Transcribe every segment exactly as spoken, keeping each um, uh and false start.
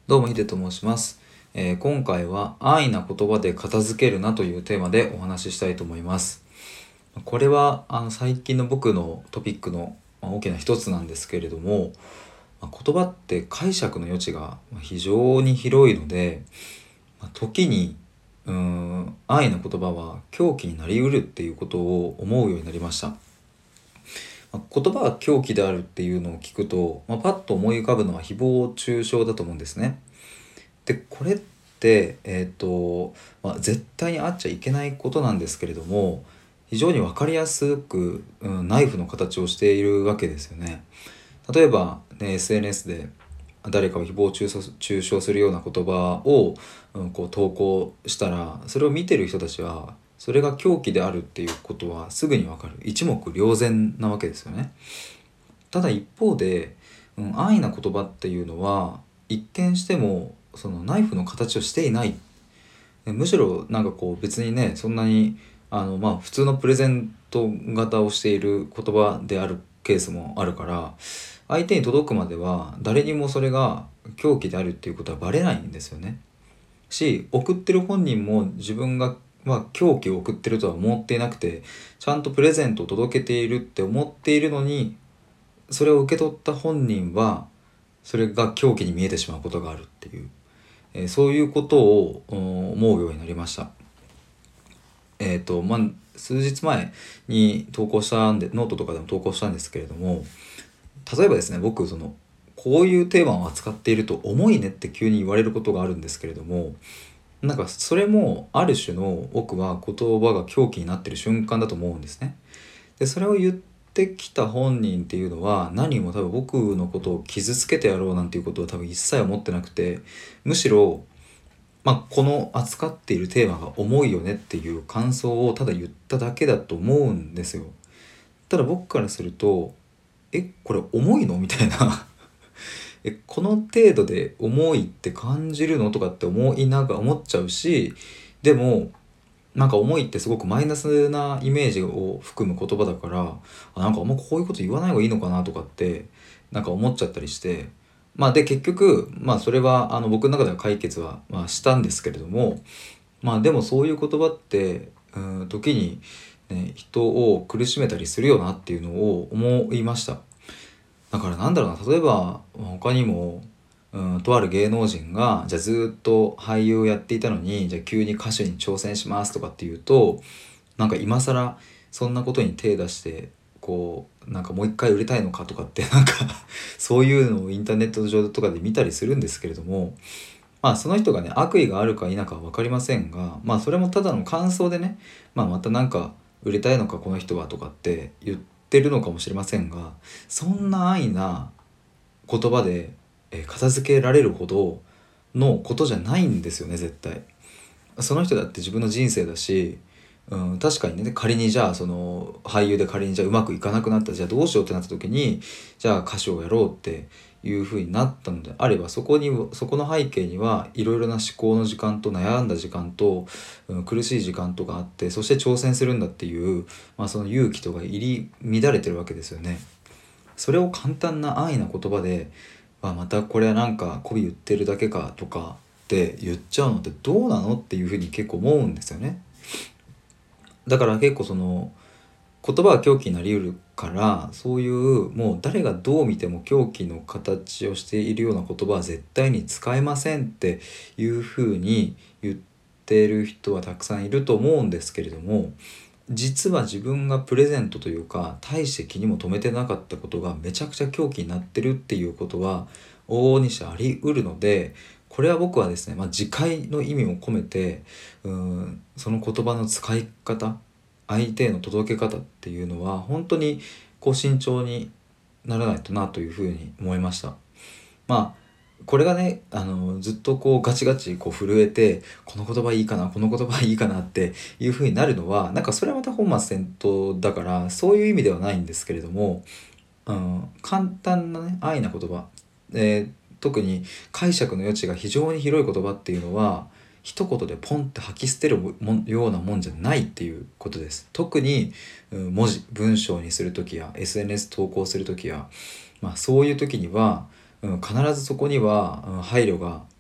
どうもヒデと申します、えー今回は安易な言葉で片付けるなというテーマでお話ししたいと思います。これはあの最近の僕のトピックのまあ大きな一つなんですけれども、まあ言葉って解釈の余地がまあ非常に広いので、まあ時にうーん安易な言葉は狂気になりうるっていうことを思うようになりました。まあ言葉が狂気であるっていうのを聞くと、まあ、パッと思い浮かぶのは誹謗中傷だと思うんですね。でこれってえっ、と、まあ、絶対にあっちゃいけないことなんですけれども、非常に分かりやすく、うん、ナイフの形をしているわけですよね。例えば、ね、エスエヌエス で誰かを誹謗中傷中傷するような言葉を、うん、こう投稿したら、それを見てる人たちはそれが狂気であるっていうことはすぐに分かる、一目瞭然なわけですよね。ただ一方で、うん、安易な言葉っていうのは一見してもそのナイフの形をしていない。むしろなんかこう別にね、そんなにあのまあ普通のプレゼント型をしている言葉であるケースもあるから、相手に届くまでは誰にもそれが狂気であるっていうことはバレないんですよね。し、送ってる本人も自分がまあ狂気を送ってるとは思っていなくて、ちゃんとプレゼントを届けているって思っているのに、それを受け取った本人はそれが狂気に見えてしまうことがあるっていう、えーそういうことをうん思うようになりました。えっ、とまあ数日前に投稿したんで、ノートとかでも投稿したんですけれども、例えばですね、僕そのこういうテーマを扱っていると重いねって急に言われることがあるんですけれども、なんかそれもある種の僕は言葉が狂気になってる瞬間だと思うんですね。でそれを言ってきた本人っていうのは何も多分僕のことを傷つけてやろうなんていうことは多分一切思ってなくて、むしろ、まあ、この扱っているテーマが重いよねっていう感想をただ言っただけだと思うんですよ。ただ僕からすると、えこれ重いのみたいなえこの程度で重いって感じるのとかって思いながら思っちゃうし、でもなんか重いってすごくマイナスなイメージを含む言葉だから、あなんかあんまこういうこと言わない方がいいのかなとかってなんか思っちゃったりして、まあで結局まあそれはあの僕の中では解決はまあしたんですけれども、まあでもそういう言葉ってうん時に、ね、人を苦しめたりするよなっていうのを思いました。だからなんだろうな、例えば他にも、うん、とある芸能人がじゃあずっと俳優をやっていたのに、じゃあ急に歌手に挑戦しますとかっていうと、なんか今更そんなことに手出してこうなんかもう一回売れたいのかとかってなんかそういうのをインターネット上とかで見たりするんですけれども、まあその人がね悪意があるか否かは分かりませんが、まあそれもただの感想でね、まあまたなんか売れたいのかこの人はとかって言ってるのかもしれませんが、そんな安易な言葉でえー片付けられるほどのことじゃないんですよね、絶対。その人だって自分の人生だし、うん、確かにね、仮にじゃあその俳優で仮にじゃあうまくいかなくなったらじゃあどうしようってなった時に、じゃあ歌手をやろうっていう風になったのであれば、そこにそこの背景にはいろいろな思考の時間と悩んだ時間と、うん、苦しい時間とかあって、そして挑戦するんだっていう、まあ、その勇気とか入り乱れてるわけですよね。それを簡単な安易な言葉で、まあ、またこれはなんか媚び売ってるだけかとかって言っちゃうのってどうなのっていうふうに結構思うんですよね。だから結構その言葉は狂気になりうるから、そういうもう誰がどう見ても狂気の形をしているような言葉は絶対に使えませんっていうふうに言ってる人はたくさんいると思うんですけれども、実は自分がプレゼントというか大して気にも留めてなかったことがめちゃくちゃ狂気になってるっていうことは往々にしてあり得るので、これは僕はですね、まあ、自戒の意味も込めて、うーんその言葉の使い方、相手への届け方っていうのは本当にこう慎重にならないとなというふうに思いました。まあこれがね、あのずっとこうガチガチこう震えて、この言葉いいかなこの言葉いいかなっていう風になるのはなんかそれはまた本末転倒だから、そういう意味ではないんですけれども、うん、簡単なね安易な言葉、えー特に解釈の余地が非常に広い言葉っていうのは一言でポンって吐き捨てるもんようなもんじゃないっていうことです。特に、うん、文字文章にする時や エスエヌエス 投稿する時や、まあ、そういう時には、うん、必ずそこには、うん、配慮が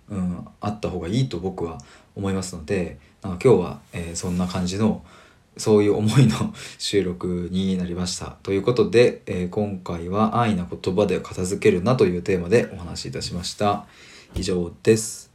うん、あった方がいいと僕は思いますので、なんか今日は、えーそんな感じのそういう思いの収録になりました。ということで、えー今回は安易な言葉で片付けるなというテーマでお話しいたしました。以上です。